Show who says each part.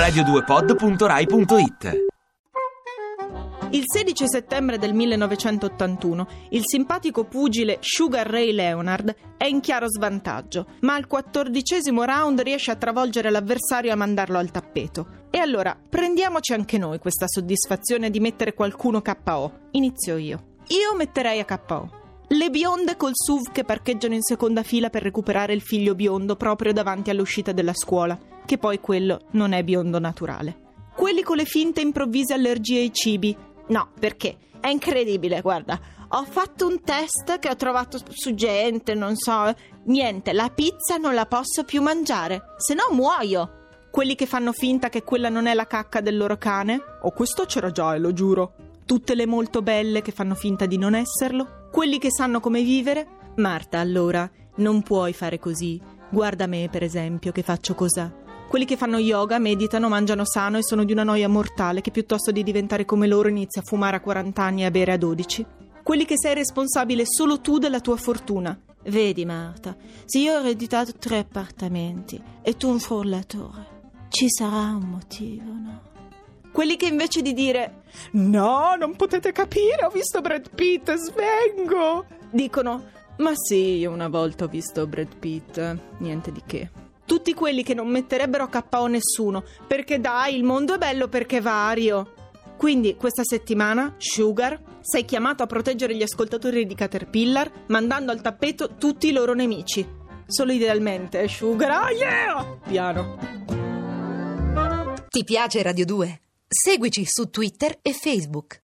Speaker 1: radio2pod.rai.it.
Speaker 2: Il 16 settembre del 1981 il simpatico pugile Sugar Ray Leonard è in chiaro svantaggio, ma al 14° round riesce a travolgere l'avversario e a mandarlo al tappeto. E allora prendiamoci anche noi questa soddisfazione di mettere qualcuno KO. Inizio io. Io metterei a KO le bionde col SUV che parcheggiano in seconda fila per recuperare il figlio biondo proprio davanti all'uscita della scuola, che poi quello non è biondo naturale. Quelli con le finte improvvise allergie ai cibi. No, perché? È incredibile, guarda. Ho fatto un test che ho trovato su gente, non so. Niente, la pizza non la posso più mangiare, se no muoio. Quelli che fanno finta che quella non è la cacca del loro cane. Oh, questo c'era già, lo giuro. Tutte le molto belle che fanno finta di non esserlo. Quelli che sanno come vivere. Marta, allora, non puoi fare così. Guarda me, per esempio, che faccio cos'ha. Quelli che fanno yoga, meditano, mangiano sano e sono di una noia mortale che piuttosto di diventare come loro inizia a fumare a 40 anni e a bere a 12. Quelli che sei responsabile solo tu della tua fortuna. Vedi Marta, se io ho ereditato 3 appartamenti e tu un frullatore, ci sarà un motivo, no? Quelli che invece di dire "No, non potete capire, ho visto Brad Pitt, svengo", dicono "Ma sì, io una volta ho visto Brad Pitt, niente di che". Tutti quelli che non metterebbero KO nessuno, perché dai, il mondo è bello perché è vario. Quindi questa settimana, Sugar, sei chiamato a proteggere gli ascoltatori di Caterpillar mandando al tappeto tutti i loro nemici. Solo idealmente, Sugar. Ah, yeah! Piano.
Speaker 3: Ti piace Radio 2? Seguici su Twitter e Facebook.